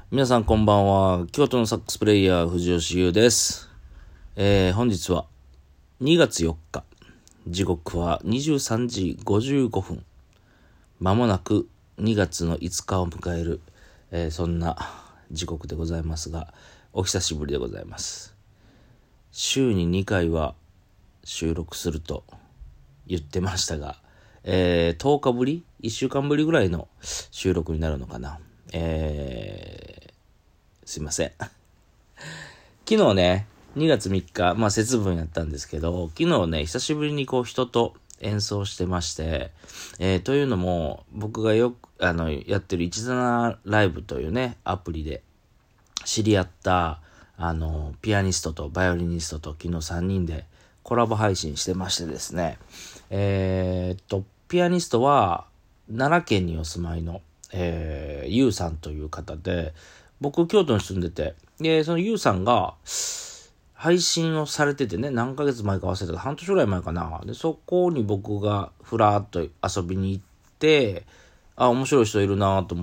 皆さんこんばんは。京都のサックスプレイヤー藤吉優です。本日は2月4日。時刻は23時55分。まもなく2月の5日を迎える、そんな時刻でございますが、お久しぶりでございます。週に2回は収録すると言ってましたが、10日ぶり ?1 週間ぶりぐらいの収録になるのかな。すいません。昨日ね、2月3日、節分やったんですけど、昨日ね、久しぶりに人と演奏してまして、というのも、僕がよく、やってる17ライブというね、アプリで知り合った、ピアニストとバイオリニストと昨日3人でコラボ配信してましてですね、ピアニストは奈良県にお住まいの、ゆうさんという方で、僕京都に住んでて、でそのゆうさんが配信をされててね、何ヶ月前か忘れたけど半年ぐらい前かな。でそこに僕がふらーっと遊びに行って、面白い人いるなと思って、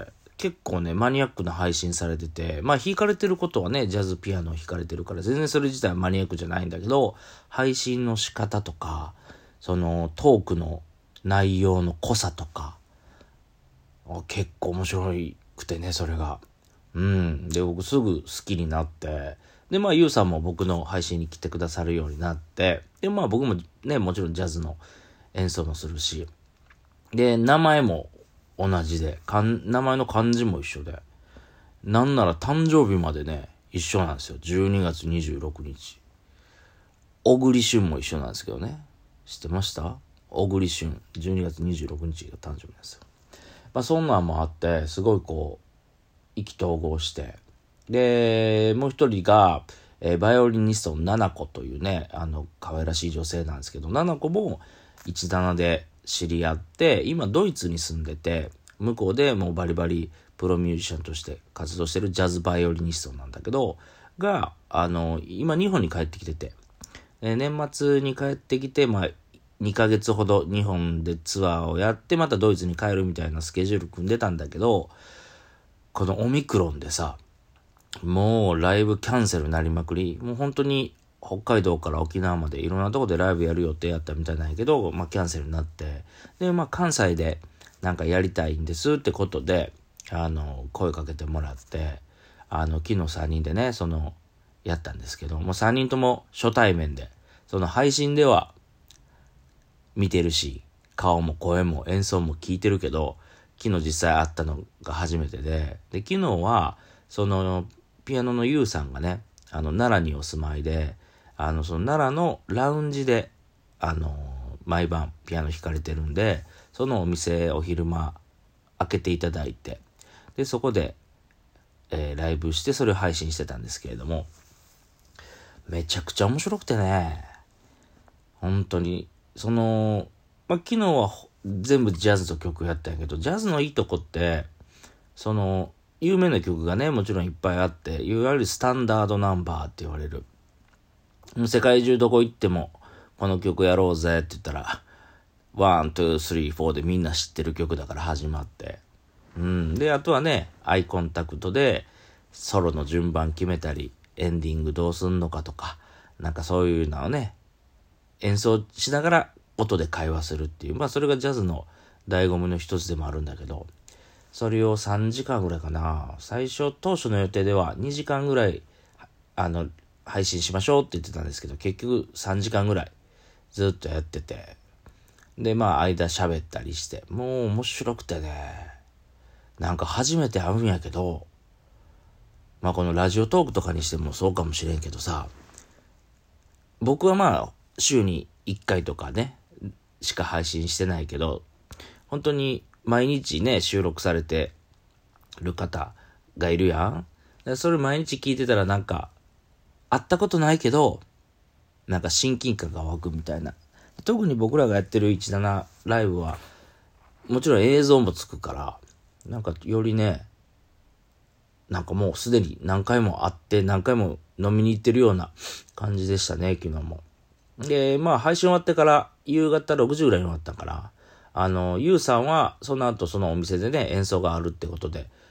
結構ねマニアックな配信されてて、弾かれてることはねジャズピアノを弾かれてるから全然それ自体はマニアックじゃないんだけど、配信の仕方とかそのトークの内容の濃さとか結構面白くてね、それがで僕すぐ好きになって、でゆうさんも僕の配信に来てくださるようになって、で僕もねもちろんジャズの演奏もするし、で名前も同じで名前の漢字も一緒で、なんなら誕生日までね一緒なんですよ。12月26日小栗旬も一緒なんですけどね。知ってました？小栗旬12月26日が誕生日なんですよ。そんなんもあってすごい意気投合して、でもう一人が、バイオリニストのナナコというね可愛らしい女性なんですけど、ナナコも17で知り合って、今ドイツに住んでて、向こうでもうバリバリプロミュージシャンとして活動してるジャズバイオリニストなんだけどが今日本に帰ってきてて、年末に帰ってきて2ヶ月ほど日本でツアーをやってまたドイツに帰るみたいなスケジュール組んでたんだけど、このオミクロンでさ、もうライブキャンセルになりまくり、もう本当に北海道から沖縄までいろんなとこでライブやる予定やったみたいなんやけど、キャンセルになって、で関西でなんかやりたいんですってことで声かけてもらって、昨日3人でねやったんですけど、もう3人とも初対面で、その配信では見てるし顔も声も演奏も聞いてるけど、昨日実際会ったのが初めてで、昨日はそのピアノのゆうさんがね奈良にお住まいで、その奈良のラウンジで毎晩ピアノ弾かれてるんで、そのお店お昼間開けていただいて、でそこで、ライブしてそれを配信してたんですけれども、めちゃくちゃ面白くてね、本当に昨日は全部ジャズと曲やったんやけど、ジャズのいいとこって有名な曲がねもちろんいっぱいあって、いわゆるスタンダードナンバーって言われる、世界中どこ行ってもこの曲やろうぜって言ったら1、2、3、4でみんな知ってる曲だから始まって、であとはねアイコンタクトでソロの順番決めたり、エンディングどうすんのかとか、なんかそういうのをね演奏しながら音で会話するっていう、それがジャズの醍醐味の一つでもあるんだけど、それを3時間ぐらいかな、最初当初の予定では2時間ぐらい配信しましょうって言ってたんですけど、結局3時間ぐらいずっとやってて、で間喋ったりして、もう面白くてね、なんか初めて会うんやけど、このラジオトークとかにしてもそうかもしれんけどさ、僕は週に1回とかねしか配信してないけど、本当に毎日ね収録されてる方がいるやん。それ毎日聞いてたらなんか会ったことないけどなんか親近感が湧くみたいな。特に僕らがやってる17ライブはもちろん映像もつくから、なんかよりね、なんかもうすでに何回も会って何回も飲みに行ってるような感じでしたね、昨日も。で配信終わってから夕方6時ぐらいに終わったから、ゆうさんはその後そのお店でね演奏があるってことで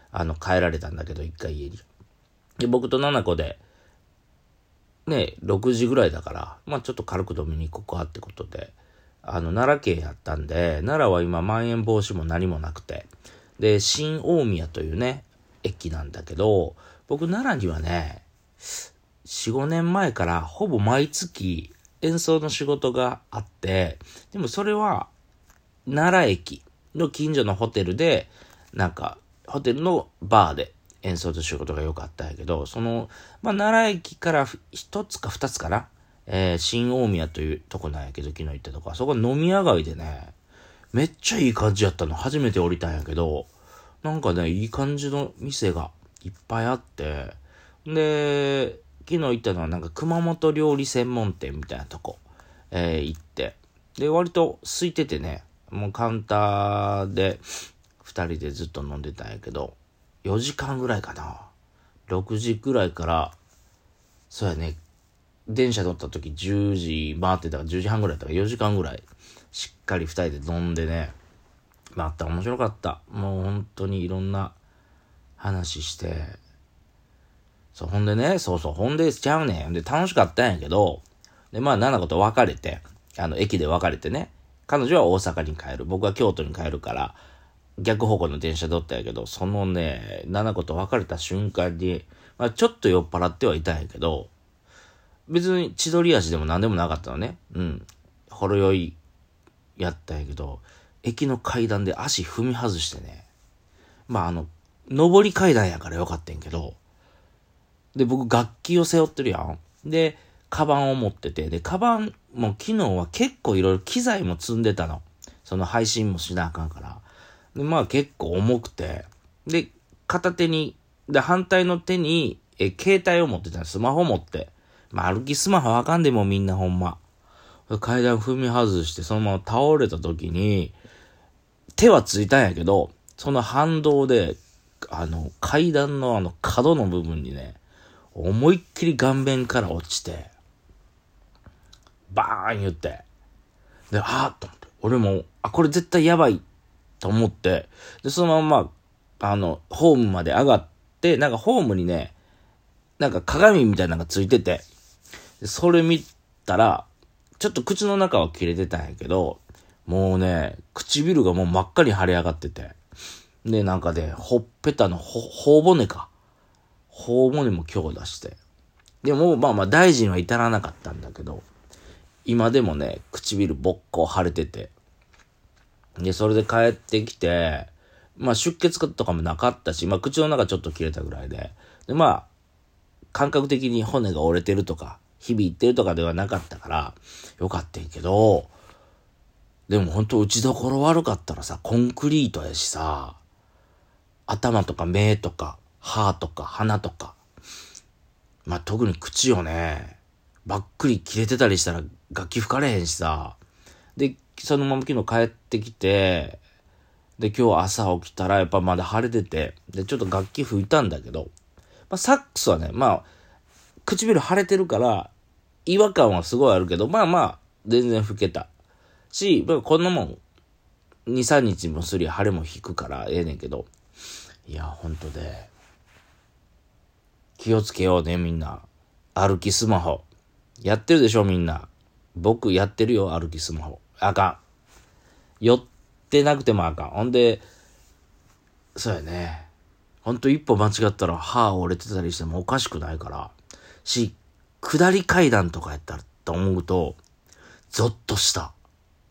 帰られたんだけど、一回家に。で、僕と七子で、ね、6時ぐらいだから、まあちょっと軽く飲みに行こうかってことで、奈良県やったんで、奈良は今、まん延防止も何もなくて、で、新大宮というね、駅なんだけど、僕、奈良にはね、4、5年前からほぼ毎月演奏の仕事があって、でもそれは、奈良駅の近所のホテルで、なんか、ホテルのバーで演奏の仕事が良かったんやけど、奈良駅から一つか二つかな、新大宮というとこなんやけど、昨日行ったとこ、そこ飲み屋街でね、めっちゃいい感じやったの。初めて降りたんやけど、なんかね、いい感じの店がいっぱいあって、で、昨日行ったのはなんか熊本料理専門店みたいなとこ、行って、で、割と空いててね、もうカウンターで二人でずっと飲んでたんやけど、4時間ぐらいかな。6時ぐらいから、そうやね、電車乗った時10時回ってたから10時半ぐらいだったから4時間ぐらいしっかり二人で飲んでね、また面白かった。もう本当にいろんな話して、そう、ほんでね、ほんでちゃうねん。で、楽しかったんやけど、で、まあ、七子と別れて、駅で別れてね、彼女は大阪に帰る。僕は京都に帰るから、逆方向の電車でおったんやけど、そのね、七子と別れた瞬間に、まあ、ちょっと酔っ払ってはいたんやけど、別に千鳥足でも何でもなかったのね。うん。ほろ酔いやったんやけど、駅の階段で足踏み外してね。まあ上り階段やからよかったんやけど、で、僕楽器を背負ってるやん。で、カバンを持ってて、で、カバンも昨日は結構いろいろ機材も積んでたの。その配信もしなあかんから。で、まあ結構重くて、で、片手に、で、反対の手に、携帯を持ってたの、スマホ持って。まあ歩きスマホあかんでもみんなほんま。階段踏み外してそのまま倒れた時に、手はついたんやけど、その反動で、階段の角の部分にね、思いっきり顔面から落ちて、バーン言って、で、と思って、俺も、これ絶対やばいと思って、で、そのまま、ホームまで上がって、なんかホームにね、なんか鏡みたいなのがついてて、でそれ見たら、ちょっと口の中は切れてたんやけど、もうね、唇がもう真っ赤に腫れ上がってて、で、なんかね、ほっぺたの頬骨か。頬骨も強打して。でも、まあまあ大事には至らなかったんだけど、今でもね、唇ぼっこ腫れてて。で、それで帰ってきて、まあ出血とかもなかったし、まあ口の中ちょっと切れたぐらいで。で、まあ、感覚的に骨が折れてるとか、響いてるとかではなかったから、よかったんやけど、でもほんと打ちどころ悪かったらさ、コンクリートやしさ、頭とか目とか、歯とか鼻とか、まあ、特に口をね、ばっくり切れてたりしたら楽器吹かれへんしさ。で、そのまま昨日帰ってきて、で、今日朝起きたらやっぱまだ腫れてて、で、ちょっと楽器吹いたんだけど、まあ、サックスはね、まあ、唇腫れてるから、違和感はすごいあるけど、まあまあ、全然吹けた。し、こんなもん、2、3日もすりゃ腫れも引くからええねんけど、いや、ほんとで、気をつけようね、みんな。歩きスマホ。やってるでしょ、みんな。僕やってるよ、歩きスマホ。あかん。寄ってなくてもあかん。ほんで、そうやね。ほんと一歩間違ったら歯折れてたりしてもおかしくないから。下り階段とかやったらと思うと、ゾッとした。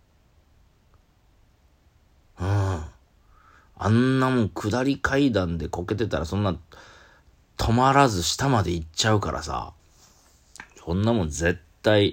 うん。あんなもん下り階段でこけてたらそんな止まらず下まで行っちゃうからさ。そんなもん絶対、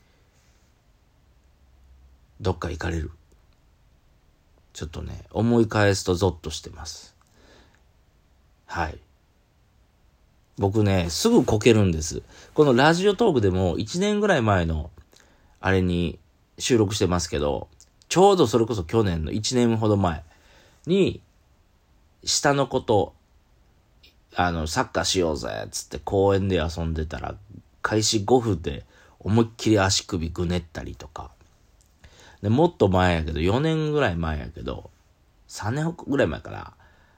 どっか行かれる。ちょっとね、思い返すとゾッとしてます。はい。僕ね、すぐこけるんです。このラジオトークでも1年ぐらい前の、あれに収録してますけど、ちょうどそれこそ去年の1年ほど前に、下の子と、サッカーしようぜ、つって公園で遊んでたら、開始5分で思いっきり足首ぐねったりとか。で、もっと前やけど、4年ぐらい前やけど、3年ぐらい前かな。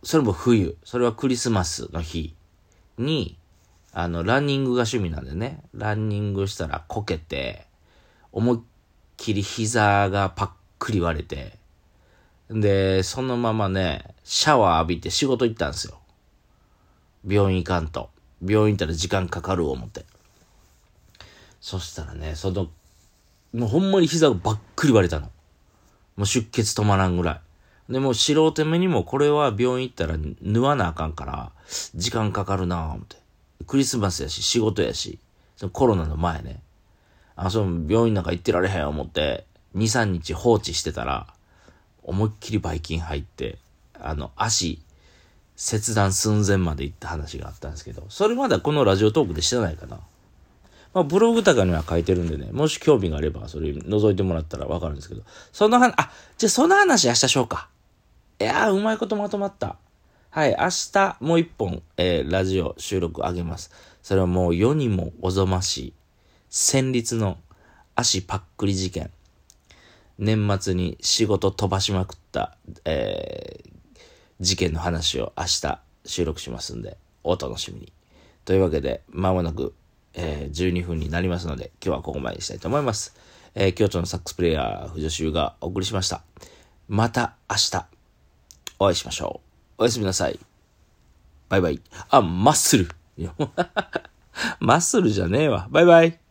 それも冬、それはクリスマスの日に、ランニングが趣味なんでね、ランニングしたらこけて、思いっきり膝がパックリ割れて、で、そのままね、シャワー浴びて仕事行ったんですよ。病院行かんと。病院行ったら時間かかる思って。そしたらね、もうほんまに膝がばっくり割れたの。もう出血止まらんぐらい。で、もう素人目にもこれは病院行ったら縫わなあかんから、時間かかるなぁ思って。クリスマスやし、仕事やし、そのコロナの前ね。その病院なんか行ってられへん思って、2、3日放置してたら、思いっきりばい菌入って、足、切断寸前まで行った話があったんですけど、それまだこのラジオトークで知らないかな。まあ、ブログとかには書いてるんでね、もし興味があれば、それ覗いてもらったらわかるんですけど、じゃあその話明日しようか。いやー、うまいことまとまった。はい、明日もう一本、ラジオ収録あげます。それはもう世にもおぞましい、戦慄の足パックリ事件。年末に仕事飛ばしまくった、事件の話を明日収録しますんで、お楽しみに。というわけで、まもなく、12分になりますので、今日はここまでにしたいと思います。京都のサックスプレイヤー、藤修がお送りしました。また明日、お会いしましょう。おやすみなさい。バイバイ。マッスル。マッスルじゃねえわ。バイバイ。